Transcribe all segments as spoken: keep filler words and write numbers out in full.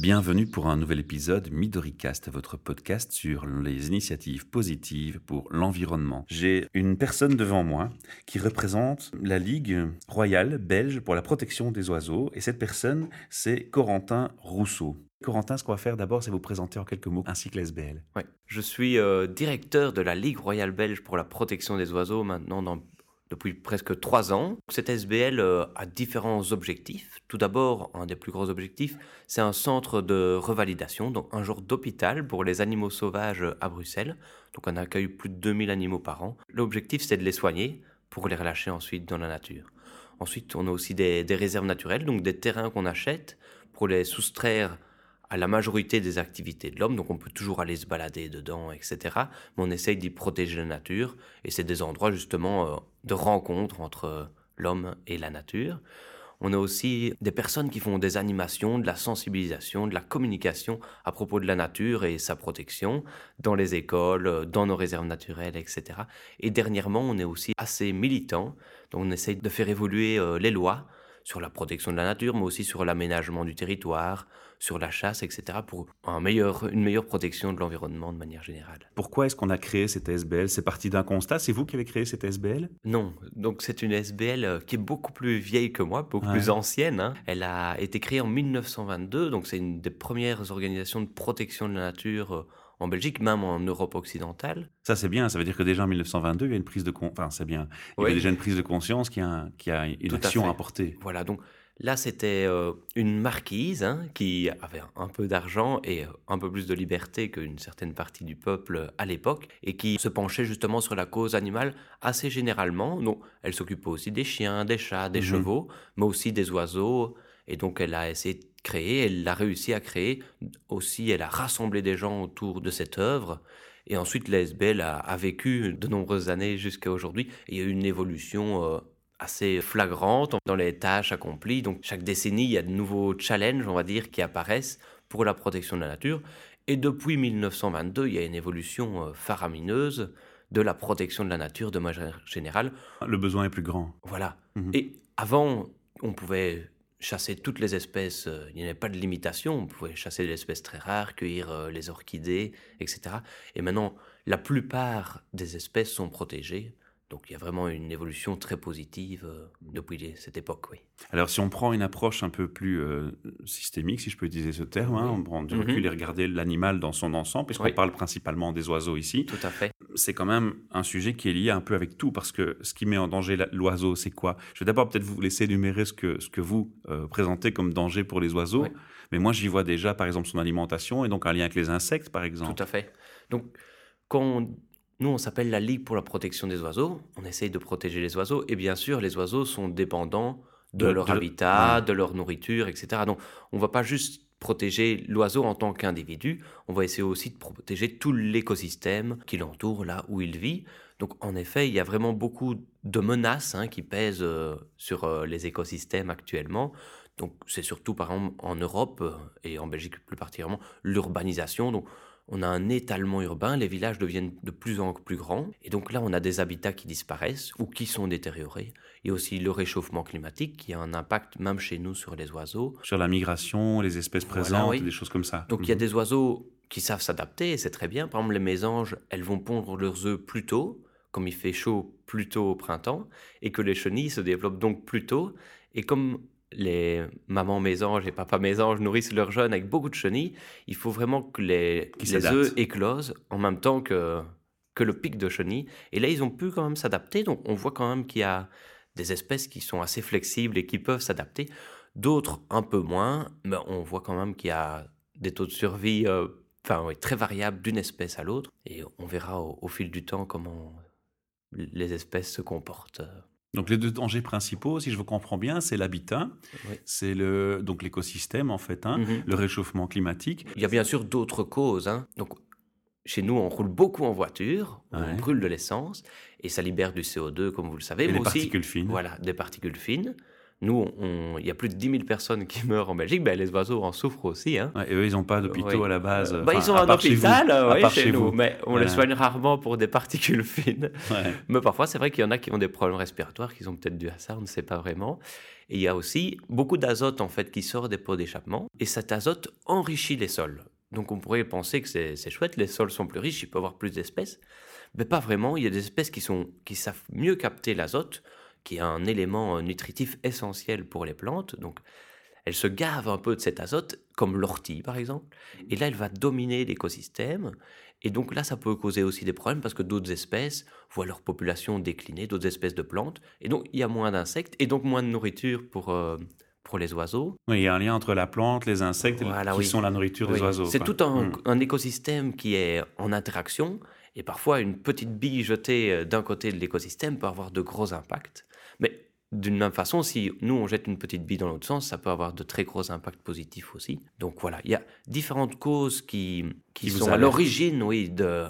Bienvenue pour un nouvel épisode MidoriCast, votre podcast sur les initiatives positives pour l'environnement. J'ai une personne devant moi qui représente la Ligue royale belge pour la protection des oiseaux et cette personne, c'est Corentin Rousseau. Corentin, ce qu'on va faire d'abord, c'est vous présenter en quelques mots ainsi que l'S B L. Ouais. Je suis euh, directeur de la Ligue royale belge pour la protection des oiseaux maintenant dans, depuis presque trois ans. Cette S B L euh, a différents objectifs. Tout d'abord, un des plus gros objectifs, c'est un centre de revalidation, donc un genre d'hôpital pour les animaux sauvages à Bruxelles. Donc on accueille plus de deux mille animaux par an. L'objectif, c'est de les soigner pour les relâcher ensuite dans la nature. Ensuite, on a aussi des, des réserves naturelles, donc des terrains qu'on achète pour les soustraire à la majorité des activités de l'homme, donc on peut toujours aller se balader dedans, et cetera. Mais on essaye d'y protéger la nature, et c'est des endroits justement euh, de rencontre entre l'homme et la nature. On a aussi des personnes qui font des animations, de la sensibilisation, de la communication à propos de la nature et sa protection dans les écoles, dans nos réserves naturelles, et cetera. Et dernièrement, on est aussi assez militant, donc on essaye de faire évoluer euh, les lois sur la protection de la nature, mais aussi sur l'aménagement du territoire, sur la chasse, et cetera, pour un meilleur, une meilleure protection de l'environnement de manière générale. Pourquoi est-ce qu'on a créé cette S B L? C'est parti d'un constat? C'est vous qui avez créé cette S B L? Non, donc c'est une S B L qui est beaucoup plus vieille que moi, beaucoup ouais. plus ancienne. Hein. Elle a été créée en mille neuf cent vingt-deux, donc c'est une des premières organisations de protection de la nature en Belgique, même en Europe occidentale. Ça, c'est bien. Ça veut dire que déjà en mille neuf cent vingt-deux, il y a une prise de con... enfin, c'est bien. Il y oui. avait déjà une prise de conscience qui a, qui a une Tout action à, à apporter. Voilà, donc là, c'était euh, une marquise hein, qui avait un peu d'argent et un peu plus de liberté qu'une certaine partie du peuple à l'époque et qui se penchait justement sur la cause animale assez généralement. Donc, elle s'occupait aussi des chiens, des chats, des mmh. chevaux, mais aussi des oiseaux. Et donc, elle a essayé de créer, elle a réussi à créer aussi, elle a rassemblé des gens autour de cette œuvre. Et ensuite, la S B L a, a vécu de nombreuses années jusqu'à aujourd'hui. Et il y a eu une évolution euh, assez flagrante dans les tâches accomplies. Donc, chaque décennie, il y a de nouveaux challenges, on va dire, qui apparaissent pour la protection de la nature. Et depuis mille neuf cent vingt-deux, il y a une évolution euh, faramineuse de la protection de la nature de manière générale. Le besoin est plus grand. Voilà. Mmh. Et avant, on pouvait chasser toutes les espèces, euh, il n'y avait pas de limitation, on pouvait chasser des espèces très rares, cueillir euh, les orchidées, et cetera. Et maintenant, la plupart des espèces sont protégées, donc il y a vraiment une évolution très positive euh, depuis cette époque, oui. Alors si on prend une approche un peu plus euh, systémique, si je peux utiliser ce terme, oui. hein, on prend du mm-hmm. recul et regarder l'animal dans son ensemble, puisqu'on oui. parle principalement des oiseaux ici. Tout à fait. C'est quand même un sujet qui est lié un peu avec tout, parce que ce qui met en danger l'oiseau, c'est quoi? Je vais d'abord peut-être vous laisser énumérer ce que, ce que vous euh, présentez comme danger pour les oiseaux, oui. mais moi j'y vois déjà par exemple son alimentation, et donc un lien avec les insectes par exemple. Tout à fait. Donc quand on... Nous, on s'appelle la Ligue pour la protection des oiseaux. On essaye de protéger les oiseaux. Et bien sûr, les oiseaux sont dépendants de, de leur de, habitat, ouais. de leur nourriture, et cetera. Donc, on ne va pas juste protéger l'oiseau en tant qu'individu. On va essayer aussi de protéger tout l'écosystème qui l'entoure, là où il vit. Donc, en effet, il y a vraiment beaucoup de menaces hein, qui pèsent euh, sur euh, les écosystèmes actuellement. Donc, c'est surtout, par exemple, en Europe euh, et en Belgique plus particulièrement, l'urbanisation. Donc, on a un étalement urbain, les villages deviennent de plus en plus grands. Et donc là, on a des habitats qui disparaissent ou qui sont détériorés. Il y a aussi le réchauffement climatique qui a un impact, même chez nous, sur les oiseaux. Sur la migration, les espèces présentes, voilà, oui. des choses comme ça. Donc mmh. il y a des oiseaux qui savent s'adapter et c'est très bien. Par exemple, les mésanges, elles vont pondre leurs œufs plus tôt, comme il fait chaud plus tôt au printemps, et que les chenilles se développent donc plus tôt. Et comme les mamans mésanges et papas mésanges nourrissent leurs jeunes avec beaucoup de chenilles, il faut vraiment que les, les œufs éclosent en même temps que, que le pic de chenilles. Et là, ils ont pu quand même s'adapter. Donc, on voit quand même qu'il y a des espèces qui sont assez flexibles et qui peuvent s'adapter. D'autres, un peu moins. Mais on voit quand même qu'il y a des taux de survie euh, enfin, oui, très variables d'une espèce à l'autre. Et on verra au, au fil du temps comment les espèces se comportent. Donc les deux dangers principaux, si je vous comprends bien, c'est l'habitat, oui. c'est le, donc l'écosystème en fait, hein, mm-hmm. le réchauffement climatique. Il y a bien sûr d'autres causes. Hein. Donc, chez nous, on roule beaucoup en voiture, ouais. on brûle de l'essence, et ça libère du C O deux, comme vous le savez. Et mais des aussi, particules fines. Voilà, des particules fines. Nous, on- il y a plus de dix mille personnes qui meurent en Belgique, ben, les oiseaux en souffrent aussi, hein. Ouais, et eux, ils n'ont pas d'hôpitaux Oui. à la base, Euh, euh, bah, enfin, ils ont à un part chez vous. hôpital, euh, À oui, part chez chez nous, vous. mais on les Voilà. soigne rarement pour des particules fines. Ouais. Mais parfois, c'est vrai qu'il y en a qui ont des problèmes respiratoires, qui sont peut-être dus à ça, on ne sait pas vraiment. Et il y a aussi beaucoup d'azote, en fait, qui sort des pots d'échappement. Et cet azote enrichit les sols. Donc on pourrait penser que c'est c'est chouette, les sols sont plus riches, il peut y avoir plus d'espèces. Mais pas vraiment, il y a des espèces qui, sont, qui savent mieux capter l'azote, qui est un élément euh, nutritif essentiel pour les plantes. Donc elle se gave un peu de cet azote, comme l'ortie par exemple, et là elle va dominer l'écosystème. Et donc là ça peut causer aussi des problèmes parce que d'autres espèces voient leur population décliner, d'autres espèces de plantes, et donc il y a moins d'insectes, et donc moins de nourriture pour, euh, pour les oiseaux. Oui, il y a un lien entre la plante, les insectes, Voilà, qui oui. sont la nourriture des Oui, oiseaux, c'est quoi. tout un, Mm. un écosystème qui est en interaction, et parfois une petite bille jetée euh, d'un côté de l'écosystème peut avoir de gros impacts. Mais d'une même façon, si nous on jette une petite bille dans l'autre sens, ça peut avoir de très gros impacts positifs aussi. Donc voilà, il y a différentes causes qui, qui Qui vous sont à alertent. l'origine, oui, de,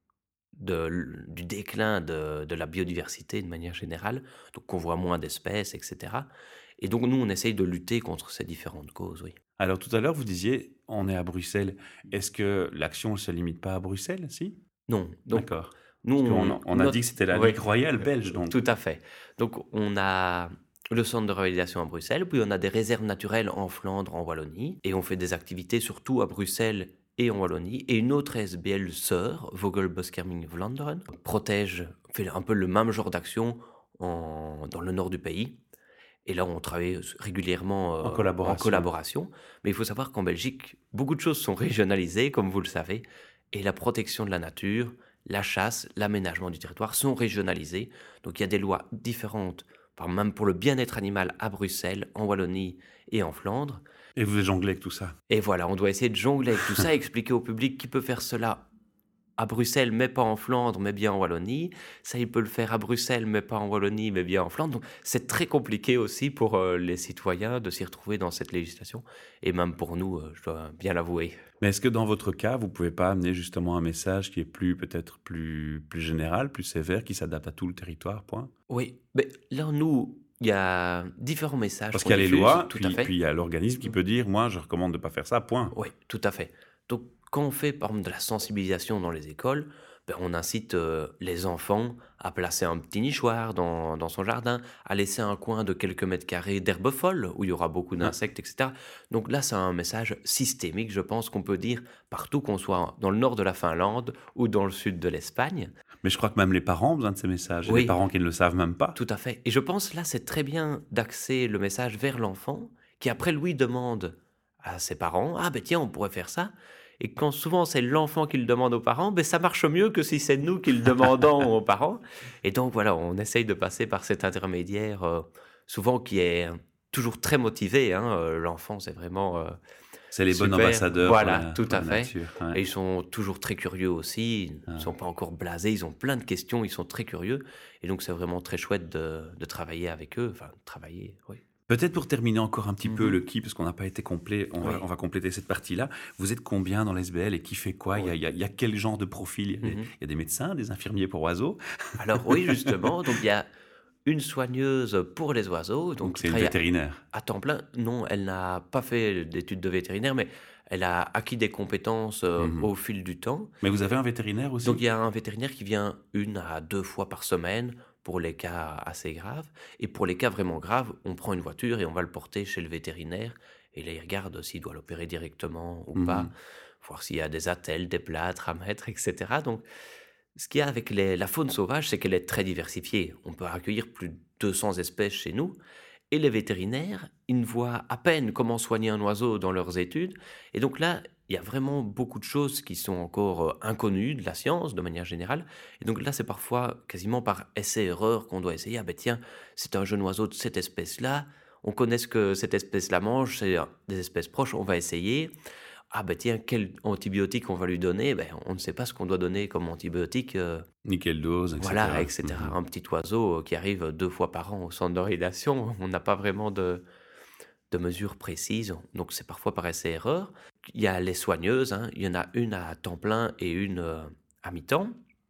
de l- du déclin de, de la biodiversité de manière générale, donc qu'on voit moins d'espèces, et cetera. Et donc nous, on essaye de lutter contre ces différentes causes, oui. Alors tout à l'heure, vous disiez, on est à Bruxelles. Est-ce que l'action ne se limite pas à Bruxelles, si? Non, donc D'accord. nous, Parce qu'on on, a- on a notre- dit que c'était la oui, Ligue royale belge, donc. tout à fait. Donc on a le centre de réalisation à Bruxelles, puis on a des réserves naturelles en Flandre, en Wallonie, et on fait des activités surtout à Bruxelles et en Wallonie. Et une autre S B L sœur, Vogelbescherming Vlaanderen, protège, fait un peu le même genre d'action en- dans le nord du pays. Et là, on travaille régulièrement euh, En collaboration. en collaboration. Mais il faut savoir qu'en Belgique, beaucoup de choses sont régionalisées, comme vous le savez, et la protection de la nature, la chasse, l'aménagement du territoire sont régionalisés. Donc il y a des lois différentes, par même pour le bien-être animal à Bruxelles, en Wallonie et en Flandre. Et vous jonglez avec tout ça. Et voilà, on doit essayer de jongler avec tout ça, expliquer au public qui peut faire cela à Bruxelles, mais pas en Flandre, mais bien en Wallonie. Ça, il peut le faire à Bruxelles, mais pas en Wallonie, mais bien en Flandre. Donc, c'est très compliqué aussi pour euh, les citoyens de s'y retrouver dans cette législation. Et même pour nous, euh, je dois bien l'avouer. Mais est-ce que dans votre cas, vous pouvez pas amener justement un message qui est plus peut-être plus plus général, plus sévère, qui s'adapte à tout le territoire, point? Oui, mais là, nous, il y a différents messages Parce qu'on qu'il y a les diffuse, lois, tout puis à fait. puis il y a l'organisme qui peut dire, moi, je recommande de pas faire ça, point. Oui, tout à fait. Donc, quand on fait, par exemple, de la sensibilisation dans les écoles, ben, on incite euh, les enfants à placer un petit nichoir dans, dans son jardin, à laisser un coin de quelques mètres carrés d'herbe folle, où il y aura beaucoup Ouais. d'insectes, et cetera. Donc là, c'est un message systémique, je pense, qu'on peut dire partout, qu'on soit dans le nord de la Finlande ou dans le sud de l'Espagne. Mais je crois que même les parents ont besoin de ces messages. Il y a Oui. des parents qui ne le savent même pas. Tout à fait. Et je pense là, c'est très bien d'axer le message vers l'enfant, qui après lui demande à ses parents, ah ben tiens, on pourrait faire ça. Et quand souvent c'est l'enfant qui le demande aux parents, ben ça marche mieux que si c'est nous qui le demandons aux parents. Et donc voilà, on essaye de passer par cet intermédiaire, euh, souvent qui est toujours très motivé, hein. Euh, L'enfant, c'est vraiment euh, C'est les bons super. ambassadeurs Voilà, pour la, tout pour à la fait. nature. Et Ouais. ils sont toujours très curieux aussi. Ils ne Ah. sont pas encore blasés. Ils ont plein de questions. Ils sont très curieux. Et donc, c'est vraiment très chouette de, de travailler avec eux. Enfin, de travailler, oui. Peut-être pour terminer encore un petit peu Mhm. le qui, parce qu'on n'a pas été complet, on, va, Oui. on va compléter cette partie-là. Vous êtes combien dans l'S B L et qui fait quoi? Il y a- Oui. il y, a, il y a quel genre de profil? Il y a des- Mhm. il y a des médecins, des infirmiers pour oiseaux, Alors, oui, justement. Donc, il y a une soigneuse pour les oiseaux. donc Donc, qui c'est une travaille à, vétérinaire. à temps plein. Non, elle n'a pas fait d'études de vétérinaire, mais elle a acquis des compétences euh, Mhm. au fil du temps. Mais vous avez un vétérinaire aussi? Donc il y a un vétérinaire qui vient une à deux fois par semaine pour les cas assez graves. Et pour les cas vraiment graves, on prend une voiture et on va le porter chez le vétérinaire. Et là, il regarde s'il doit l'opérer directement ou Mhm. pas, voir s'il y a des attelles, des plâtres à mettre, et cetera. Donc ce qu'il y a avec les- la faune sauvage, c'est qu'elle est très diversifiée. On peut accueillir plus de deux cents espèces chez nous. Et les vétérinaires, ils ne voient à peine comment soigner un oiseau dans leurs études. Et donc là, il y a vraiment beaucoup de choses qui sont encore euh, inconnues de la science, de manière générale. Et donc là, c'est parfois quasiment par essai-erreur qu'on doit essayer. Ah ben tiens, c'est un jeune oiseau de cette espèce-là. On connaît ce que cette espèce-là mange, c'est euh, des espèces proches, on va essayer. Ah ben tiens, quel antibiotique on va lui donner? Ben, on ne sait pas ce qu'on doit donner comme antibiotique. euh, Nickel dose, et cetera. voilà, et cetera. Mhm. Un petit oiseau euh, qui arrive deux fois par an au centre de réalisation, on n'a pas vraiment de, de mesures précises, donc c'est parfois par essai-erreur. Il y a les soigneuses, hein, il y en a une à temps plein et une euh, à mi-temps.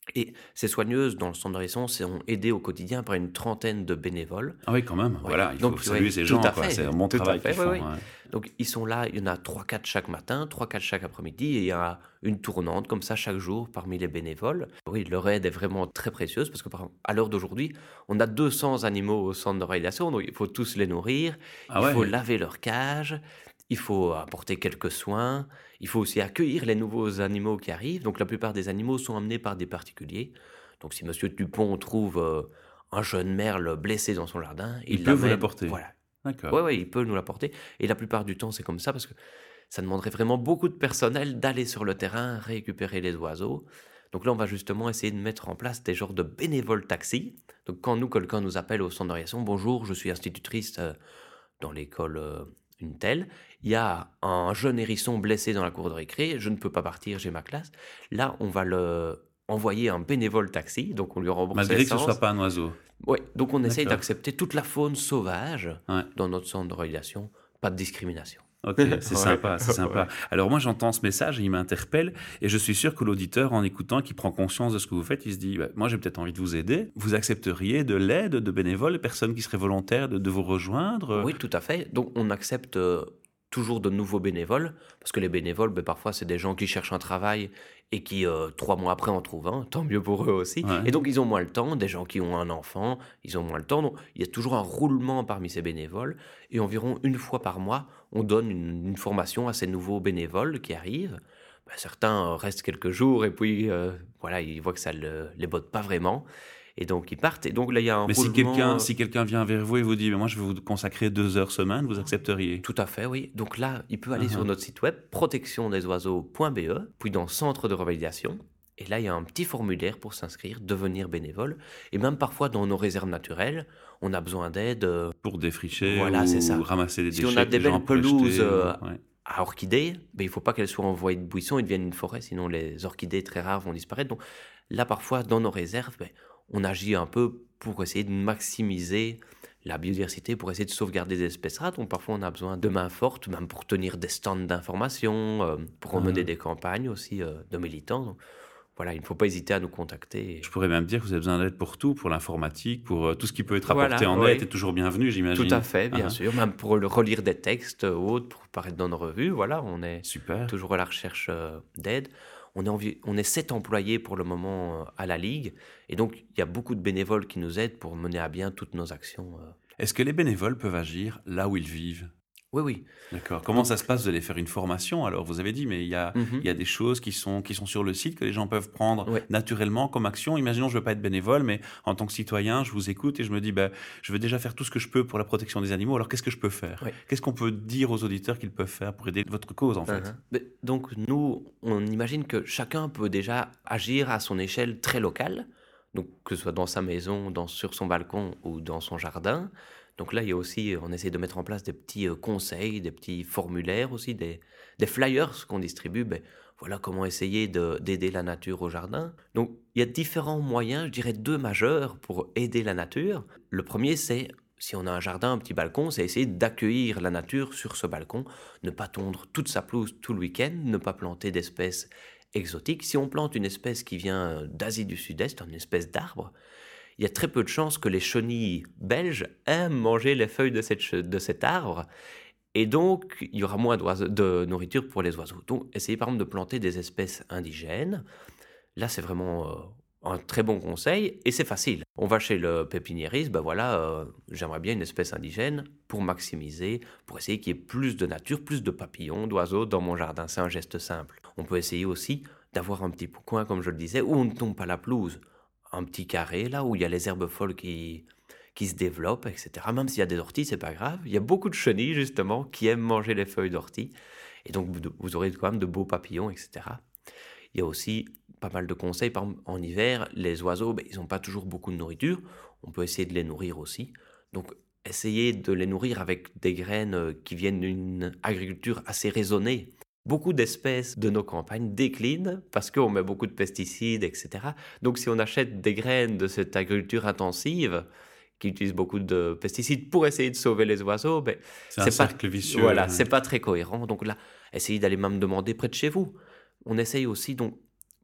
Et ces soigneuses dans le centre de rééducation sont aidées au quotidien par une trentaine de bénévoles. Ah oui, quand même. Ouais. Voilà, il faut Donc, saluer ouais, ces tout gens, à quoi. fait, C'est un bon tout à travail fait, qu'ils oui, font. oui. Ouais. Donc ils sont là, il y en a trois quatre chaque matin, trois quatre chaque après-midi, et il y a une tournante comme ça chaque jour parmi les bénévoles. Oui, leur aide est vraiment très précieuse parce que par exemple, à l'heure d'aujourd'hui, on a deux cents animaux au centre de rééducation, donc il faut tous les nourrir, Ah il faut ouais. laver leur cage, il faut apporter quelques soins, il faut aussi accueillir les nouveaux animaux qui arrivent. Donc la plupart des animaux sont amenés par des particuliers. Donc si Monsieur Dupont trouve euh, un jeune merle blessé dans son jardin, Il il peut vous l'amène. l'apporter. Voilà. D'accord. Ouais, ouais, il peut nous l'apporter. Et la plupart du temps, c'est comme ça parce que ça demanderait vraiment beaucoup de personnel d'aller sur le terrain récupérer les oiseaux. Donc là, on va justement essayer de mettre en place des genres de bénévoles taxis. Donc quand nous, quelqu'un nous appelle au centre de réaction, bonjour, je suis institutrice euh, dans l'école euh, une telle, il y a un jeune hérisson blessé dans la cour de récré, je ne peux pas partir, j'ai ma classe. Là, on va le envoyer un bénévole taxi, donc on lui rembourse Malgré que ce soit l'essence. pas un oiseau. Ouais, donc on essaye D'accord. d'accepter toute la faune sauvage Ouais. dans notre centre de rééducation, pas de discrimination. Ok, c'est Ouais, sympa, c'est sympa. ouais. Alors moi j'entends ce message et il m'interpelle et je suis sûr que l'auditeur en écoutant, qui prend conscience de ce que vous faites, il se dit bah, moi j'ai peut-être envie de vous aider. Vous accepteriez de l'aide de bénévoles, de personnes qui seraient volontaires de, de vous rejoindre? Oui, tout à fait. Donc on accepte euh, toujours de nouveaux bénévoles, parce que les bénévoles, ben, parfois c'est des gens qui cherchent un travail et qui, euh, trois mois après, en trouvent un, tant mieux pour eux aussi. Ouais. Et donc ils ont moins le temps, des gens qui ont un enfant, ils ont moins le temps. Donc il y a toujours un roulement parmi ces bénévoles, et environ une fois par mois, on donne une, une formation à ces nouveaux bénévoles qui arrivent. Ben, certains euh, restent quelques jours, et puis euh, voilà, ils voient que ça ne les botte pas vraiment, et donc ils partent. Et donc là, il y a un Mais si roulement... quelqu'un euh, si quelqu'un vient vers vous et vous dit mais moi je vais vous consacrer deux heures semaine, vous accepteriez? Tout à fait, oui. Donc là, il peut aller sur Uh-huh. notre site web protection des oiseaux point b e, puis dans Centre de revalidation. Et là, il y a un petit formulaire pour s'inscrire, devenir bénévole. Et même parfois, dans nos réserves naturelles, on a besoin d'aide. euh, Pour défricher Voilà, ou c'est ça. ramasser des Si déchets on a que des les gens belles pourraient pelouses jeter, euh, ou- ouais. à orchidées, ben, il ne faut pas qu'elles soient envoyées de buissons et deviennent une forêt, sinon les orchidées très rares vont disparaître. Donc là, parfois, dans nos réserves, ben, on agit un peu pour essayer de maximiser la biodiversité, pour essayer de sauvegarder des espèces rares. Donc parfois, on a besoin de mains fortes, même pour tenir des stands d'information, euh, pour mener Ah. des campagnes aussi euh, de militants. Donc, voilà, il ne faut pas hésiter à nous contacter. Je pourrais même dire que vous avez besoin d'aide pour tout, pour l'informatique, pour euh, tout ce qui peut être Voilà, apporté en oui. aide est toujours bienvenu, j'imagine. Tout à fait, bien Ah, sûr. Même pour le relire des textes euh, ou autres, pour paraître dans nos revues. Voilà, on est super. toujours à la recherche euh, d'aide. On est, envi- on est sept employés pour le moment euh, à la Ligue. Et donc, il y a beaucoup de bénévoles qui nous aident pour mener à bien toutes nos actions. euh. Est-ce que les bénévoles peuvent agir là où ils vivent? Oui, oui. D'accord. Comment ça se passe? Vous allez faire une formation alors? Vous avez dit, mais il y a, Mhm. il y a des choses qui sont, qui sont sur le site que les gens peuvent prendre Ouais. naturellement comme action. Imaginons, je ne veux pas être bénévole, mais en tant que citoyen, je vous écoute et je me dis, bah, je veux déjà faire tout ce que je peux pour la protection des animaux. Alors qu'est-ce que je peux faire? Ouais. Qu'est-ce qu'on peut dire aux auditeurs qu'ils peuvent faire pour aider votre cause en fait? Mhm. Mais donc, nous, on imagine que chacun peut déjà agir à son échelle très locale, donc que ce soit dans sa maison, dans, sur son balcon ou dans son jardin. Donc là, il y a aussi, on essaie de mettre en place des petits euh, conseils, des petits formulaires aussi, des, des flyers qu'on distribue. Ben, voilà comment essayer de- d'aider la nature au jardin. Donc, il y a différents moyens, je dirais deux majeurs pour aider la nature. Le premier, c'est, si on a un jardin, un petit balcon, c'est essayer d'accueillir la nature sur ce balcon, ne pas tondre toute sa pelouse tout le week-end, ne pas planter d'espèces exotiques. Si on plante une espèce qui vient euh, d'Asie du Sud-Est, une espèce d'arbre, il y a très peu de chances que les chenilles belges aiment manger les feuilles de, cette, che- de cet arbre. Et donc, il y aura moins d'oiseaux- de nourriture pour les oiseaux. Donc, essayez par exemple de planter des espèces indigènes. Là, c'est vraiment euh, un très bon conseil et c'est facile. On va chez le pépiniériste, ben voilà, euh, j'aimerais bien une espèce indigène pour maximiser, pour essayer qu'il y ait plus de nature, plus de papillons, d'oiseaux dans mon jardin. C'est un geste simple. On peut essayer aussi d'avoir un petit coin, comme je le disais, où on ne tombe pas la pelouse. Un petit carré, là, où il y a les herbes folles qui, qui se développent, et cetera. Même s'il y a des orties, c'est pas grave. Il y a beaucoup de chenilles, justement, qui aiment manger les feuilles d'ortie. Et donc, vous, vous aurez quand même de beaux papillons, et cetera. Il y a aussi pas mal de conseils. Par exemple, en hiver, les oiseaux, ben, ils n'ont pas toujours beaucoup de nourriture. On peut essayer de les nourrir aussi. Donc, essayez de les nourrir avec des graines euh, qui viennent d'une agriculture assez raisonnée. Beaucoup d'espèces de nos campagnes déclinent parce qu'on met beaucoup de pesticides, et cetera. Donc, si on achète des graines de cette agriculture intensive, qui utilise beaucoup de pesticides pour essayer de sauver les oiseaux, ben, C'est un c'est pas, cercle vicieux. voilà, Ouais. c'est pas très cohérent. Donc là, essayez d'aller même demander près de chez vous. On essaye aussi, donc,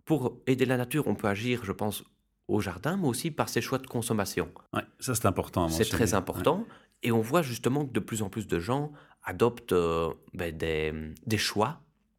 pour aider la nature, on peut agir, je pense, au jardin, mais aussi par ses choix de consommation. Ouais, ça c'est important à C'est très mentionner. Ouais. important. Et on voit justement que de plus en plus de gens adoptent euh, ben, des, des choix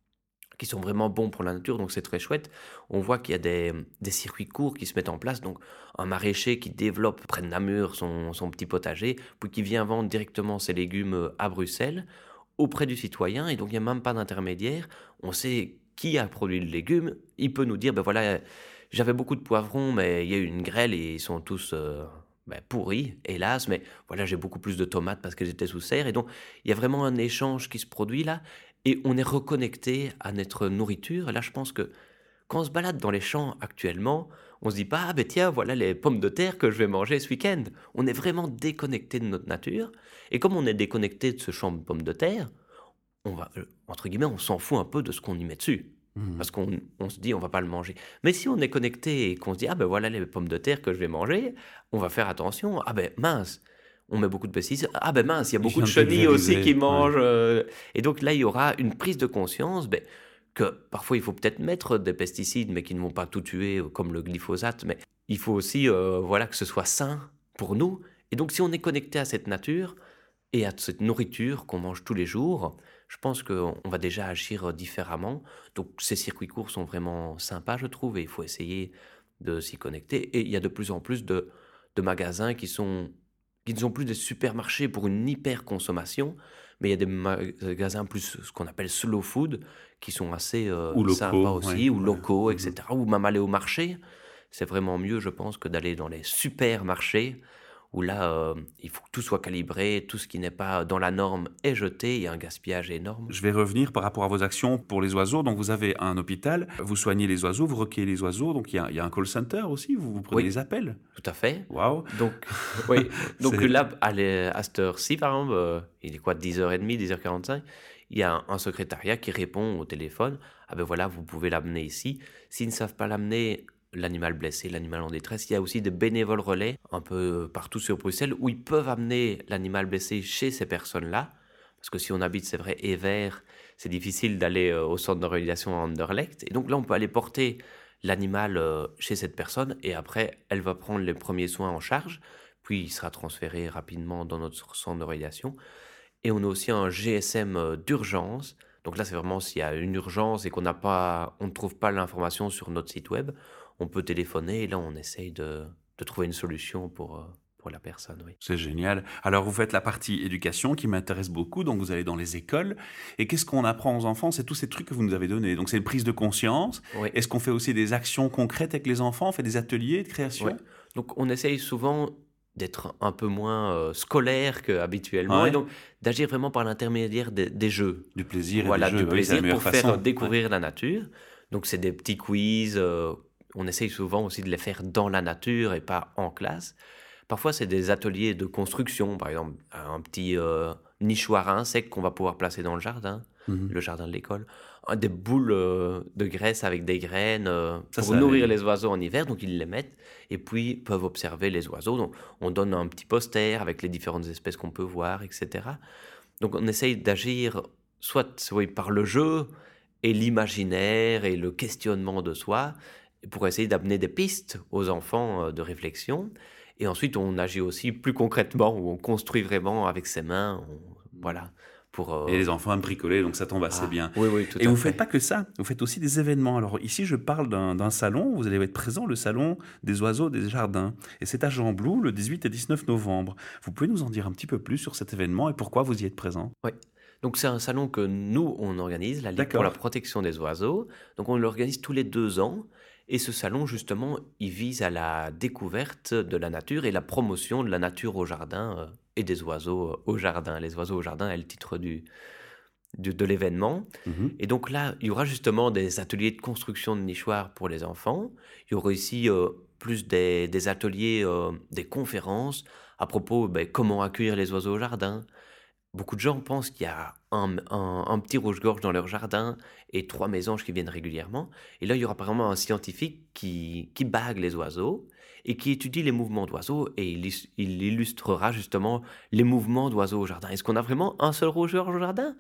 qui sont vraiment bons pour la nature, donc c'est très chouette. On voit qu'il y a des, des circuits courts qui se mettent en place, donc un maraîcher qui développe près de Namur son, son petit potager, puis qui vient vendre directement ses légumes euh, à Bruxelles, auprès du citoyen, et donc il n'y a même pas d'intermédiaire. On sait qui a produit le légume, il peut nous dire, ben voilà, j'avais beaucoup de poivrons, mais il y a eu une grêle et ils sont tous euh, ben, pourris, hélas, mais voilà, j'ai beaucoup plus de tomates parce qu'elles étaient sous serre, et donc il y a vraiment un échange qui se produit là, et on est reconnecté à notre nourriture. Et là, je pense que quand on se balade dans les champs actuellement, on se dit pas, ah ben tiens, voilà les pommes de terre que je vais manger ce week-end. On est vraiment déconnecté de notre nature. Et comme on est déconnecté de ce champ de pommes de terre, on va, euh, entre guillemets, on s'en fout un peu de ce qu'on y met dessus. Mhm. Parce qu'on on se dit, on va pas le manger. Mais si on est connecté et qu'on se dit, ah ben voilà les pommes de terre que je vais manger, on va faire attention. Ah ben mince, on met beaucoup de pesticides. Ah ben mince, il y a Il beaucoup vient de de chenilles aussi qui pulvériser. Ouais. mangent. euh, Et donc là, il y aura une prise de conscience ben, que parfois il faut peut-être mettre des pesticides, mais qui ne vont pas tout tuer, euh, comme le glyphosate. Mais il faut aussi euh, voilà, que ce soit sain pour nous. Et donc si on est connecté à cette nature, et à cette nourriture qu'on mange tous les jours, je pense qu'on va déjà agir différemment. Donc ces circuits courts sont vraiment sympas, je trouve, et il faut essayer de s'y connecter. Et il y a de plus en plus de, de magasins qui sont qui ne sont plus des supermarchés pour une hyper-consommation, mais il y a des magasins plus ce qu'on appelle slow food, qui sont assez euh, Ou sympas locaux. Ouais. aussi, ou Voilà. locaux, Mhm. et cetera. Ou même aller au marché. C'est vraiment mieux, je pense, que d'aller dans les supermarchés où là, euh, il faut que tout soit calibré, tout ce qui n'est pas dans la norme est jeté, il y a un gaspillage énorme. Je vais revenir par rapport à vos actions pour les oiseaux. Donc, vous avez un hôpital, vous soignez les oiseaux, vous recueillez les oiseaux. Donc, il y a, il y a un call center aussi, vous, vous prenez Oui, les appels. tout à fait. Waouh! Donc, oui, donc C'est... là, à, l'é- à cette heure-ci, par exemple, euh, il est quoi, dix heures trente, dix heures quarante-cinq, il y a un, un secrétariat qui répond au téléphone. Ah ben voilà, vous pouvez l'amener ici. S'ils ne savent pas l'amener, l'animal blessé, l'animal en détresse, il y a aussi des bénévoles relais un peu partout sur Bruxelles où ils peuvent amener l'animal blessé chez ces personnes-là. Parce que si on habite, c'est vrai, Evere, c'est difficile d'aller euh, au centre de rééducation à Anderlecht. Et donc là, on peut aller porter l'animal euh, chez cette personne et après, elle va prendre les premiers soins en charge. Puis il sera transféré rapidement dans notre centre de rééducation. Et on a aussi un G S M euh, d'urgence. Donc là, c'est vraiment s'il y a une urgence et qu'on n'a pas, on ne trouve pas l'information sur notre site web, on peut téléphoner et là, on essaye de, de trouver une solution pour, euh, pour la personne. Oui. C'est génial. Alors, vous faites la partie éducation qui m'intéresse beaucoup. Donc, vous allez dans les écoles. Et qu'est-ce qu'on apprend aux enfants? C'est tous ces trucs que vous nous avez donnés. Donc, c'est une prise de conscience. Oui. Est-ce qu'on fait aussi des actions concrètes avec les enfants? On fait des ateliers de création? Ouais. Donc, on essaye souvent d'être un peu moins euh, scolaire qu'habituellement et Ouais. donc d'agir vraiment par l'intermédiaire des, des jeux. Du plaisir et Voilà, des jeux. du Oui, c'est la plaisir meilleure pour faire façon. euh, découvrir la nature. Donc, c'est des petits quiz. euh, on essaye souvent aussi de les faire dans la nature et pas en classe. Parfois, c'est des ateliers de construction, par exemple, un petit euh, nichoir à insectes qu'on va pouvoir placer dans le jardin, Ouais. Mhm. le jardin de l'école. Un- Des boules euh, de graisse avec des graines euh, Ça, pour ça, nourrir oui. les oiseaux en hiver, donc ils les mettent et puis peuvent observer les oiseaux. Donc, on donne un petit poster avec les différentes espèces qu'on peut voir, et cetera. Donc, on essaye d'agir soit oui, par le jeu et l'imaginaire et le questionnement de soi pour essayer d'amener des pistes aux enfants euh, de réflexion. Et ensuite, on agit aussi plus concrètement, où on construit vraiment avec ses mains. on- voilà. Pour, Et euh, les enfants aiment bricoler, donc ça tombe assez ah, bien. oui, oui, tout Et à vous fait. faites pas que ça, vous faites aussi des événements. Alors ici, je parle d'un d'un salon, vous allez être présent, le salon des oiseaux des jardins. Et c'est à Jean-Blou, le dix-huit et dix-neuf novembre. Vous pouvez nous en dire un petit peu plus sur cet événement et pourquoi vous y êtes présent? Oui. Donc, c'est un salon que nous, on organise, la Ligue pour la D'accord. protection des oiseaux. Donc, on l'organise tous les deux ans. Et ce salon, justement, il vise à la découverte de la nature et la promotion de la nature au jardin euh, et des oiseaux euh, au jardin. Les oiseaux au jardin est le titre du, du- de l'événement. Mhm. Et donc là, il y aura justement des ateliers de construction de nichoirs pour les enfants. Il y aura aussi euh, plus des, des ateliers, euh, des conférences à propos ben, comment accueillir les oiseaux au jardin. Beaucoup de gens pensent qu'il y a un, un- un petit rouge-gorge dans leur jardin et trois mésanges qui viennent régulièrement. Et là, il y aura apparemment un scientifique qui, qui bague les oiseaux et qui étudie les mouvements d'oiseaux et il, is- il illustrera justement les mouvements d'oiseaux au jardin. Est-ce qu'on a vraiment un seul rouge-gorge au jardin?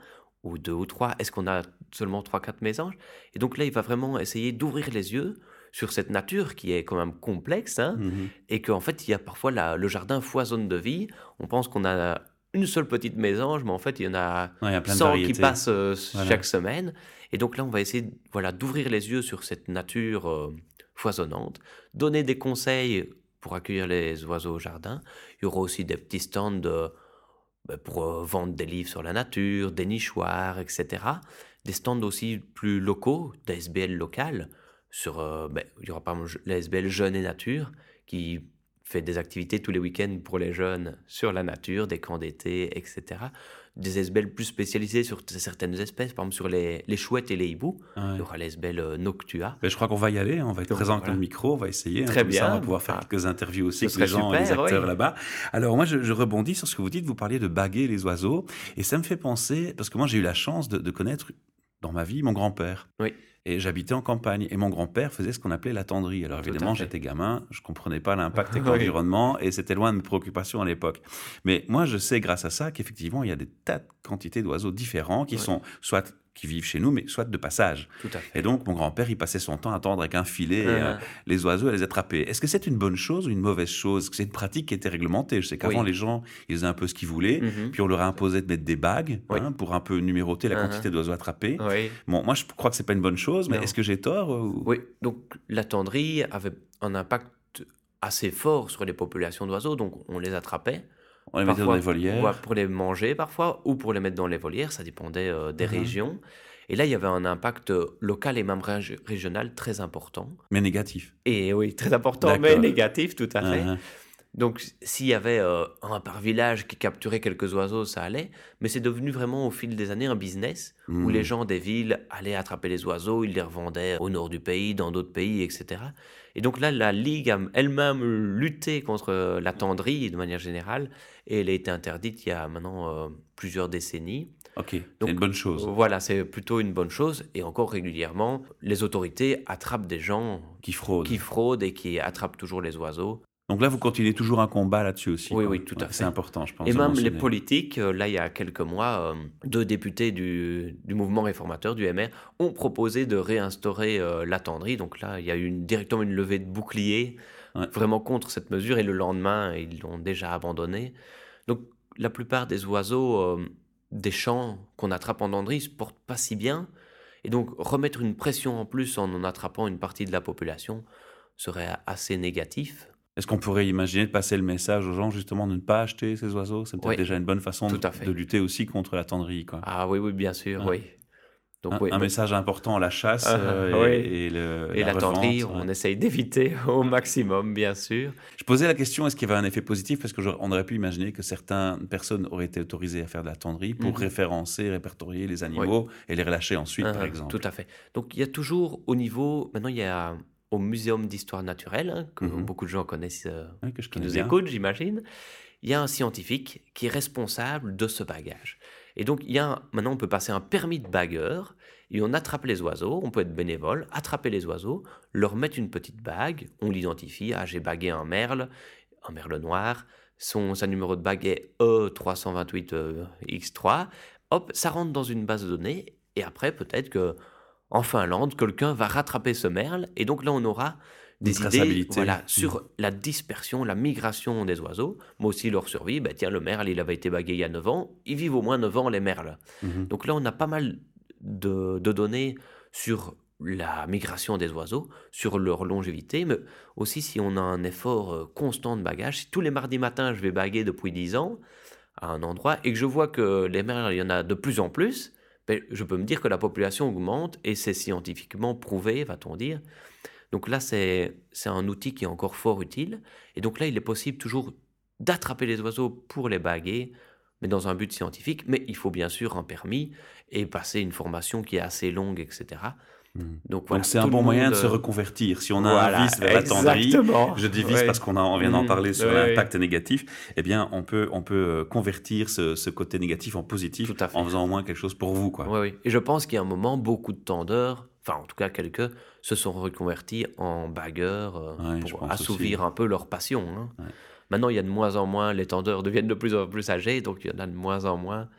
ou deux ou trois? Est-ce qu'on a seulement trois, quatre mésanges? Et donc là, il va vraiment essayer d'ouvrir les yeux sur cette nature qui est quand même complexe, hein, Mhm. et qu'en fait, il y a parfois la- le jardin foisonne de vie. On pense qu'on a une seule petite mésange, mais en fait, il y en a Ouais, il y a plein de cent qui variétés. passent euh, Voilà. chaque semaine. Et donc là, on va essayer voilà, d'ouvrir les yeux sur cette nature euh, foisonnante, donner des conseils pour accueillir les oiseaux au jardin. Il y aura aussi des petits stands de- ben, pour euh, vendre des livres sur la nature, des nichoirs, et cetera. Des stands aussi plus locaux, des S B L locales. Sur, euh, ben, il y aura par exemple la S B L Jeunes et Nature qui fait des activités tous les week-ends pour les jeunes sur la nature, des camps d'été, et cetera. Des S B L plus spécialisés sur t- certaines espèces, par exemple sur les, les chouettes et les hiboux. Il y Ouais. aura la S B L euh, Noctua. Ben, je crois qu'on va y aller, hein. On va être Donc, présent avec voilà. notre micro, on va essayer, hein. Très Comme ça, on va bien. pouvoir faire Ah, quelques interviews aussi ce avec les serait gens et les super, acteurs oui. là-bas. Alors moi, je, je rebondis sur ce que vous dites, vous parliez de baguer les oiseaux, et ça me fait penser, parce que moi j'ai eu la chance de, de connaître dans ma vie mon grand-père. Oui. Et j'habitais en campagne, et mon grand-père faisait ce qu'on appelait la tendrie. Alors Tout évidemment, à fait. j'étais gamin, je comprenais pas l'impact avec Oui. l'environnement, et c'était loin de mes préoccupations à l'époque. Mais moi, je sais grâce à ça qu'effectivement, il y a des tas de quantités d'oiseaux différents qui Oui. sont soit qui vivent chez nous, mais soit de passage. Tout à fait. Et donc, mon grand-père, il passait son temps à tendre avec un filet euh, Uh-huh. les oiseaux et les attraper. Est-ce que c'est une bonne chose ou une mauvaise chose? Est-ce que c'est une pratique qui était réglementée? Je sais qu'avant, Oui. les gens, ils faisaient un peu ce qu'ils voulaient, Mhm. puis on leur a imposé de mettre des bagues Oui. hein, pour un peu numéroter la Uh-huh. quantité d'oiseaux attrapés. Oui. Bon, moi, je crois que c'est pas une bonne chose, mais Non. est-ce que j'ai tort ou... Oui, donc la tenderie avait un impact assez fort sur les populations d'oiseaux, donc on les attrapait. On les mettait dans Parfois, des volières. ouais, pour les manger parfois, ou pour les mettre dans les volières, ça dépendait euh, des Mhm. régions. Et là, il y avait un impact euh, local et même rég- régional très important. Mais négatif. Et oui, très important, mais D'accord. négatif, tout à fait. Uh-huh. Donc, s'il y avait euh, un par village qui capturait quelques oiseaux, ça allait. Mais c'est devenu vraiment, au fil des années, un business où Mm. les gens des villes allaient attraper les oiseaux, ils les revendaient au nord du pays, dans d'autres pays, et cetera. Et donc là, la Ligue a elle-même lutté contre la tenderie de manière générale, et elle a été interdite il y a maintenant euh, plusieurs décennies. Ok, c'est Donc, une bonne chose. Voilà, c'est plutôt une bonne chose. Et encore régulièrement, les autorités attrapent des gens Qui fraude. qui fraudent et qui attrapent toujours les oiseaux. Donc là, vous continuez toujours un combat là-dessus aussi. Oui, quoi. oui, tout à Ouais, fait. C'est important, je pense. Et de même les mentionner. politiques, euh, là, il y a quelques mois, euh, deux députés du, du mouvement réformateur, du M R, ont proposé de réinstaurer euh, la tenderie. Donc là, il y a eu une- directement une levée de bouclier, Ouais. vraiment contre cette mesure. Et le lendemain, ils l'ont déjà abandonnée. Donc, la plupart des oiseaux euh, des champs qu'on attrape en tenderie ne se portent pas si bien. Et donc, remettre une pression en plus en en attrapant une partie de la population serait assez négatif. Est-ce qu'on pourrait imaginer de passer le message aux gens justement de ne pas acheter ces oiseaux? C'est peut-être Oui, déjà une bonne façon tout de, à fait. de lutter aussi contre la tenderie, quoi. Ah oui, oui, bien sûr, Ah. oui. Donc, Un, oui, un mais- message important, la chasse Ah, euh, et, oui. et le, Et la, revente, tenderie, ouais. on essaye d'éviter au maximum, bien sûr. Je posais la question, est-ce qu'il y avait un effet positif? Parce qu'on aurait pu imaginer que certaines personnes auraient été autorisées à faire de la tenderie pour Mhm. référencer, répertorier les animaux et les relâcher ensuite, par Ah, exemple. Tout à fait. Donc, il y a toujours au niveau... Maintenant, il y a au Muséum d'histoire naturelle, hein, que Mhm. beaucoup de gens connaissent, euh, Oui, que je qui connais nous bien. écoutent, j'imagine. Il y a un scientifique qui est responsable de ce bagage. Et donc, il y a un- maintenant, on peut passer un permis de bagueur et on attrape les oiseaux. On peut être bénévole, attraper les oiseaux, leur mettre une petite bague. On l'identifie. Ah, j'ai bagué un merle, un merle noir. Son, sa numéro de bague est E trois cent vingt-huit X trois. Hop, ça rentre dans une base de données. Et après, peut-être que en Finlande, quelqu'un va rattraper ce merle. Et donc là, on aura Une des idées traçabilité. voilà, Mhm. sur la dispersion, la migration des oiseaux, mais aussi leur survie. Ben, tiens, le merle, il avait été bagué il y a neuf ans. Ils vivent au moins neuf ans, les merles. Mhm. Donc là, on a pas mal de, de données sur la migration des oiseaux, sur leur longévité, mais aussi si on a un effort euh, constant de bagage. Si tous les mardis matins, je vais baguer depuis dix ans à un endroit et que je vois que les merles, il y en a de plus en plus, ben, je peux me dire que la population augmente et c'est scientifiquement prouvé, va-t-on dire. Donc là, c'est c'est un outil qui est encore fort utile. Et donc là, il est possible toujours d'attraper les oiseaux pour les baguer, mais dans un but scientifique. Mais il faut bien sûr un permis et passer une formation qui est assez longue, et cetera. Mhm. Donc voilà, Donc c'est un tout le bon moyen de monde, se euh, reconvertir. Si on a voilà, un vice vers la tenderie, exactement. je dis vice Ouais. parce qu'on a- on vient d'en Mhm. parler sur Ouais, ouais. l'impact négatif, eh bien on peut, on peut euh, convertir ce, ce côté négatif en positif Tout à fait. en faisant au moins quelque chose pour vous, quoi. Oui, oui. Et je pense qu'il y a un moment, beaucoup de tendeurs, enfin en tout cas quelques, se sont reconvertis en bagueurs euh, Ouais, je pour pense assouvir aussi. un peu leur passion. Hein. Ouais. Maintenant, il y a de moins en moins, les tendeurs deviennent de plus en plus âgés, donc il y en a de moins en moins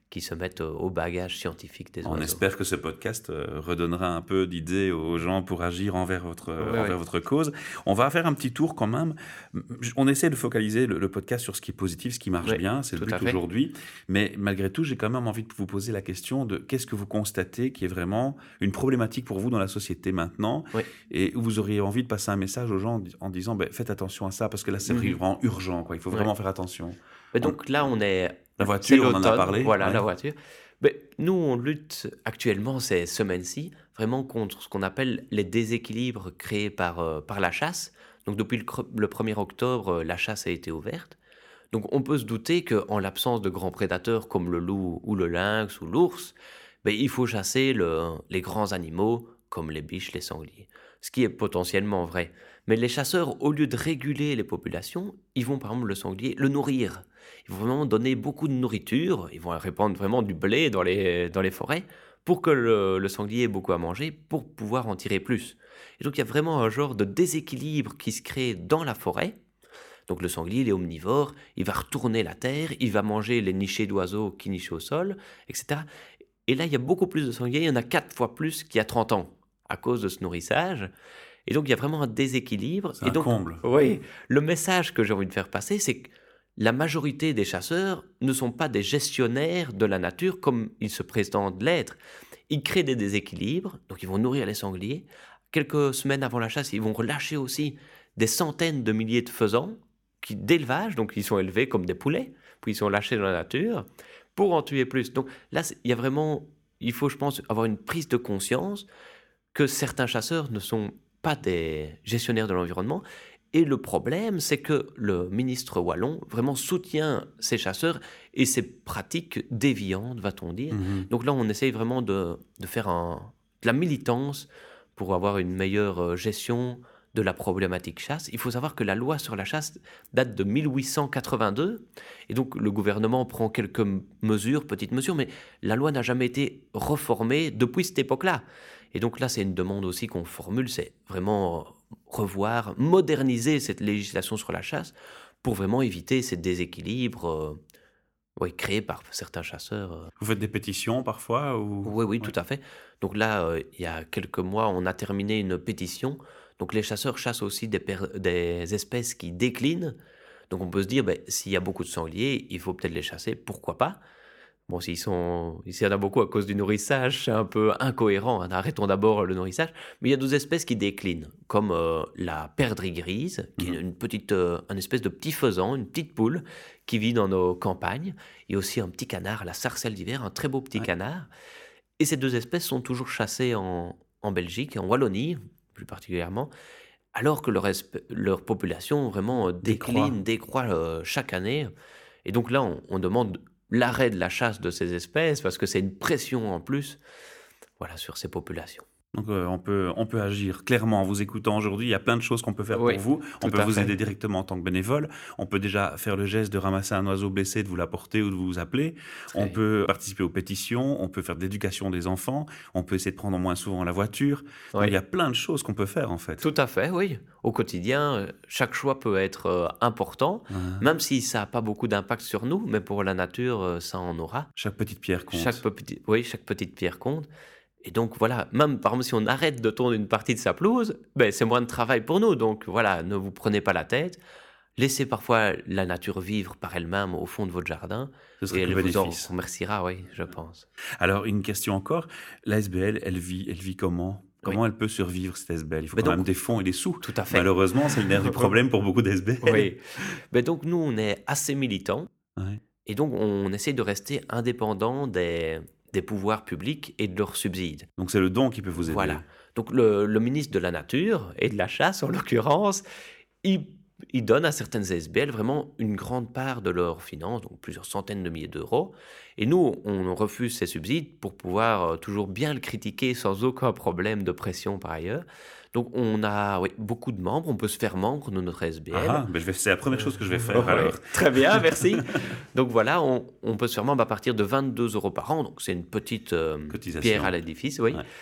qui se mettent au, au bagage scientifique des On oiseaux. espère que ce podcast euh, redonnera un peu d'idées aux gens pour agir envers votre, Oui, envers oui. votre cause. On va faire un petit tour quand même. On essaie de focaliser le, le podcast sur ce qui est positif, ce qui marche Oui, bien, c'est le tout but à fait. aujourd'hui. Mais malgré tout, j'ai quand même envie de vous poser la question de qu'est-ce que vous constatez qui est vraiment une problématique pour vous dans la société maintenant, Oui. et où vous auriez envie de passer un message aux gens en, di- en disant ben, faites attention à ça parce que là c'est Mhm. vraiment urgent, quoi. Il faut Ouais. vraiment faire attention. Mais donc là, on est... La c'est voiture, on en a l'automne, parlé. voilà, ouais. la voiture. Mais nous, on lutte actuellement, ces semaines-ci, vraiment contre ce qu'on appelle les déséquilibres créés par, euh, par la chasse. Donc depuis le, cre- le premier octobre, euh, la chasse a été ouverte. Donc on peut se douter qu'en l'absence de grands prédateurs comme le loup ou le lynx ou l'ours, ben, il faut chasser le- les grands animaux comme les biches, les sangliers. Ce qui est potentiellement vrai. Mais les chasseurs, au lieu de réguler les populations, ils vont par exemple le sanglier le nourrir. Ils vont vraiment donner beaucoup de nourriture, ils vont répandre vraiment du blé dans les, dans les forêts pour que le, le sanglier ait beaucoup à manger pour pouvoir en tirer plus. Et donc il y a vraiment un genre de déséquilibre qui se crée dans la forêt. Donc le sanglier, il est omnivore, il va retourner la terre, il va manger les nichés d'oiseaux qui nichent au sol, et cetera. Et là, il y a beaucoup plus de sangliers, il y en a quatre fois plus qu'il y a trente ans à cause de ce nourrissage. Et donc il y a vraiment un déséquilibre. C'est Et un donc, comble. oui, le message que j'ai envie de faire passer, c'est que la majorité des chasseurs ne sont pas des gestionnaires de la nature comme ils se prétendent l'être. Ils créent des déséquilibres, donc ils vont nourrir les sangliers. Quelques semaines avant la chasse, ils vont relâcher aussi des centaines de milliers de faisans qui, d'élevage, donc ils sont élevés comme des poulets, puis ils sont lâchés dans la nature pour en tuer plus. Donc là, c'est- il y a vraiment, il faut, je pense, avoir une prise de conscience que certains chasseurs ne sont pas des gestionnaires de l'environnement. Et le problème, c'est que le ministre wallon vraiment soutient ces chasseurs et ces pratiques déviantes, va-t-on dire. Mhm. Donc là, on essaye vraiment de, de faire un- de la militance pour avoir une meilleure euh, gestion de la problématique chasse. Il faut savoir que la loi sur la chasse date de mille huit cent quatre-vingt-deux, et donc le gouvernement prend quelques m- mesures, petites mesures, mais la loi n'a jamais été reformée depuis cette époque-là. Et donc là, c'est une demande aussi qu'on formule, c'est vraiment euh, revoir, moderniser cette législation sur la chasse pour vraiment éviter ces déséquilibres euh, ouais, créés par certains chasseurs. euh. Vous faites des pétitions parfois ou... Oui, oui, Ouais. tout à fait. Donc là, euh, il y a quelques mois, on a terminé une pétition. Donc les chasseurs chassent aussi des, per- des espèces qui déclinent. Donc on peut se dire, ben, s'il y a beaucoup de sangliers, il faut peut-être les chasser, pourquoi pas? Bon, s'ils sont, s'il y en a beaucoup à cause du nourrissage, c'est un peu incohérent, hein. Arrêtons d'abord le nourrissage. Mais il y a d'autres espèces qui déclinent, comme euh, la perdrix grise, qui est Mhm. une petite, euh, un espèce de petit faisan, une petite poule qui vit dans nos campagnes. Il y a aussi un petit canard, la sarcelle d'hiver, un très beau petit Ouais. canard. Et ces deux espèces sont toujours chassées en, en Belgique, en Wallonie plus particulièrement, alors que leur, esp- leur population vraiment euh, Décroît. décline, décroît euh, chaque année. Et donc là, on, on demande l'arrêt de la chasse de ces espèces parce que c'est une pression en plus, voilà, sur ces populations. Donc euh, on peut, on peut agir clairement en vous écoutant aujourd'hui. Il y a plein de choses qu'on peut faire Oui, pour vous. On tout peut à vous fait. aider directement en tant que bénévole. On peut déjà faire le geste de ramasser un oiseau blessé, de vous l'apporter ou de vous appeler. Très On bien. peut participer aux pétitions. On peut faire de l'éducation des enfants. On peut essayer de prendre moins souvent la voiture. Donc, Oui. il y a plein de choses qu'on peut faire en fait. Tout à fait, oui. Au quotidien, euh, chaque choix peut être euh, important, Ouais. même si ça n'a pas beaucoup d'impact sur nous, mais pour la nature, euh, ça en aura. Chaque petite pierre compte. Chaque, petit, oui, chaque petite pierre compte. Et donc voilà, même par exemple si on arrête de tourner une partie de sa pelouse, ben, c'est moins de travail pour nous. Donc voilà, ne vous prenez pas la tête. Laissez parfois la nature vivre par elle-même au fond de votre jardin. Ce serait Et que elle vous en bénéfice. remerciera, oui, je pense. Alors une question encore. La S B L, elle vit, elle vit comment? Comment Oui. elle peut survivre cette S B L? Il faut Mais quand donc- même des fonds et des sous. Tout à fait. Malheureusement, c'est le nerf du problème pour beaucoup d'S B L. Oui. Ben, donc nous, on est assez militants. Ouais. Et donc on essaie de rester indépendant des, des pouvoirs publics et de leurs subsides. Donc c'est le don qui peut vous aider. Voilà. Donc le, le ministre de la Nature et de la Chasse, en l'occurrence, il, il donne à certaines S B L vraiment une grande part de leurs finances, donc plusieurs centaines de milliers d'euros. Et nous, on refuse ces subsides pour pouvoir euh, toujours bien le critiquer sans aucun problème de pression par ailleurs. Donc on a oui, beaucoup de membres, on peut se faire membre de notre S B L. Ah, ben je vais, c'est la première chose que je vais faire Ouais, alors. très bien, merci. Donc voilà, on, on peut se faire membre à partir de vingt-deux euros par an. Donc c'est une petite euh, Cotisation. pierre à l'édifice, oui. Ouais.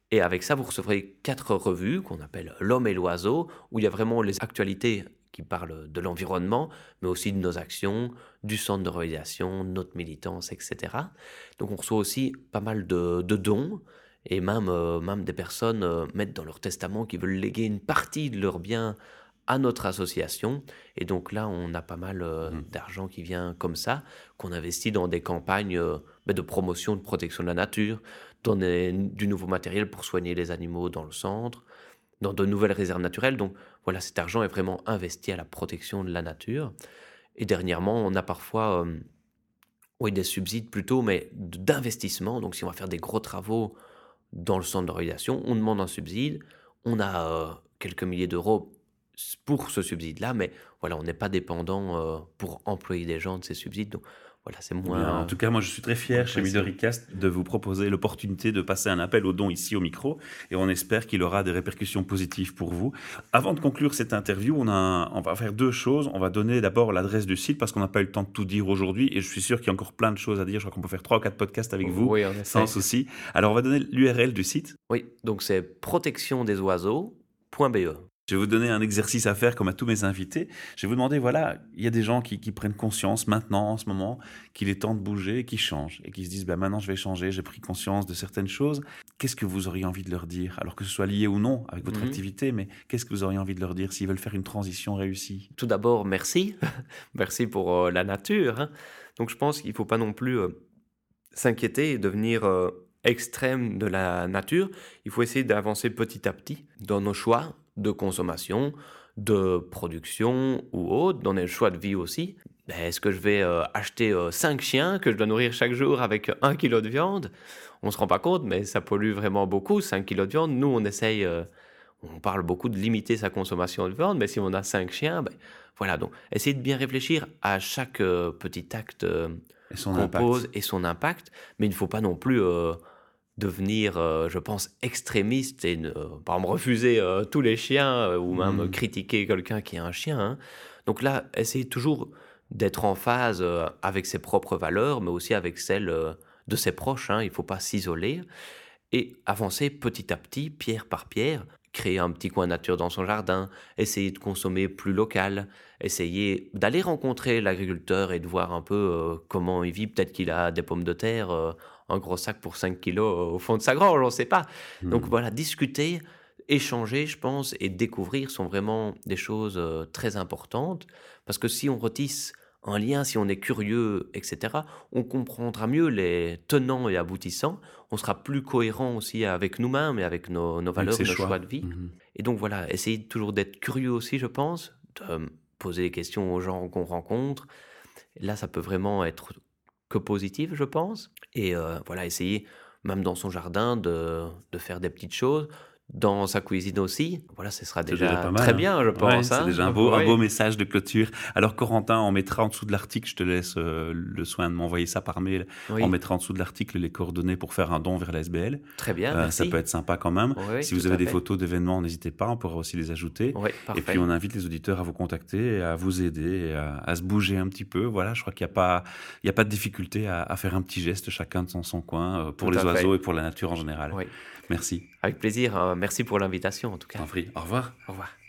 Et avec ça, vous recevrez quatre revues qu'on appelle L'Homme et l'Oiseau, où il y a vraiment les actualités qui parlent de l'environnement, mais aussi de nos actions, du centre de réalisation, de notre militance, et cetera. Donc on reçoit aussi pas mal de, de dons, et même, euh, même des personnes euh, mettent dans leur testament qu'ils veulent léguer une partie de leurs biens à notre association. Et donc là, on a pas mal euh, Mmh. d'argent qui vient comme ça, qu'on investit dans des campagnes euh, ben, de promotion, de protection de la nature, dans des- du nouveau matériel pour soigner les animaux dans le centre, dans de nouvelles réserves naturelles. Donc voilà, cet argent est vraiment investi à la protection de la nature. Et dernièrement, on a parfois, euh, oui, des subsides plutôt, mais d- d'investissement. Donc si on va faire des gros travaux dans le centre de réalisation, on demande un subside. On a euh, quelques milliers d'euros s- pour ce subside-là, mais voilà, on n'est pas dépendant euh, pour employer des gens de ces subsides. Donc voilà, c'est Eh bien, en moins, tout cas, moi, je suis très moins fier chez précieux. Midoricast de vous proposer l'opportunité de passer un appel aux dons ici au micro et on espère qu'il aura des répercussions positives pour vous. Avant de conclure cette interview, on, a un- on va faire deux choses. On va donner d'abord l'adresse du site parce qu'on n'a pas eu le temps de tout dire aujourd'hui et je suis sûr qu'il y a encore plein de choses à dire. Je crois qu'on peut faire trois ou quatre podcasts avec vous Oui, en sans effet. souci. Alors, on va donner l'U R L du site. Oui, donc c'est protection des oiseaux point b e. Je vais vous donner un exercice à faire comme à tous mes invités. Je vais vous demander, voilà, il y a des gens qui, qui prennent conscience maintenant, en ce moment, qu'il est temps de bouger, qui changent et qui se disent, ben maintenant je vais changer, j'ai pris conscience de certaines choses. Qu'est-ce que vous auriez envie de leur dire? Alors que ce soit lié ou non avec votre Mhm. activité, mais qu'est-ce que vous auriez envie de leur dire s'ils veulent faire une transition réussie? Tout d'abord, merci. Merci pour euh, la nature, hein. Donc je pense qu'il ne faut pas non plus euh, s'inquiéter et devenir euh, extrême de la nature. Il faut essayer d'avancer petit à petit dans nos choix de consommation, de production ou autre, dans nos choix de vie aussi. Ben, est-ce que je vais euh, acheter euh, cinq chiens que je dois nourrir chaque jour avec un kilo de viande? On ne se rend pas compte, mais ça pollue vraiment beaucoup, cinq kilos de viande. Nous, on essaye, euh, on parle beaucoup de limiter sa consommation de viande, mais si on a cinq chiens, ben, voilà. Donc, essayez de bien réfléchir à chaque euh, petit acte euh, Et son qu'on impact. pose et son impact, mais il ne faut pas non plus euh, devenir, euh, je pense, extrémiste et ne, par exemple, refuser euh, tous les chiens euh, ou même Mhm. critiquer quelqu'un qui a un chien, hein. Donc là, essayez toujours d'être en phase euh, avec ses propres valeurs, mais aussi avec celles euh, de ses proches, hein. Il ne faut pas s'isoler et avancer petit à petit, pierre par pierre, créer un petit coin nature dans son jardin, essayer de consommer plus local, essayer d'aller rencontrer l'agriculteur et de voir un peu euh, comment il vit. Peut-être qu'il a des pommes de terre, euh, un gros sac pour cinq kilos euh, au fond de sa grange, on ne sait pas. Donc Mhm. voilà, discuter, échanger, je pense, et découvrir sont vraiment des choses euh, très importantes. Parce que si on retisse un lien, si on est curieux, et cetera, on comprendra mieux les tenants et aboutissants, on sera plus cohérent aussi avec nous-mêmes et avec nos, nos Avec valeurs ses et nos choix. choix de vie. Mhm. Et donc voilà, essayer toujours d'être curieux aussi, je pense, de euh, poser des questions aux gens qu'on rencontre. Et là, ça peut vraiment être que positif, je pense. Et euh, voilà, essayer, même dans son jardin, de, de faire des petites choses. Dans sa cuisine aussi. Voilà, ce sera C'est déjà déjà pas mal, très hein. bien, je Ouais, pense, c'est hein. déjà un beau, un beau Oui, message de clôture. Alors, Corentin, on mettra en dessous de l'article, je te laisse euh, le soin de m'envoyer ça par mail. On oui, mettra en dessous de l'article les coordonnées pour faire un don vers la S B L. très bien, Euh, ça peut merci. être sympa quand même. Oui, oui, Si tout vous avez à des fait. photos d'événements, n'hésitez pas, on pourra aussi les ajouter. Oui, Et puis, on parfait. invite les auditeurs à vous contacter, et à vous aider, et à, à se bouger un petit peu. Voilà, je crois qu'il n'y a pas, il y a pas de difficulté à, à faire un petit geste, chacun dans son coin, euh, pour Tout les à oiseaux et fait. pour la nature en général. Oui, Merci. avec plaisir. euh, Merci pour l'invitation, en tout Je cas. t'en prie. Au revoir. Au revoir.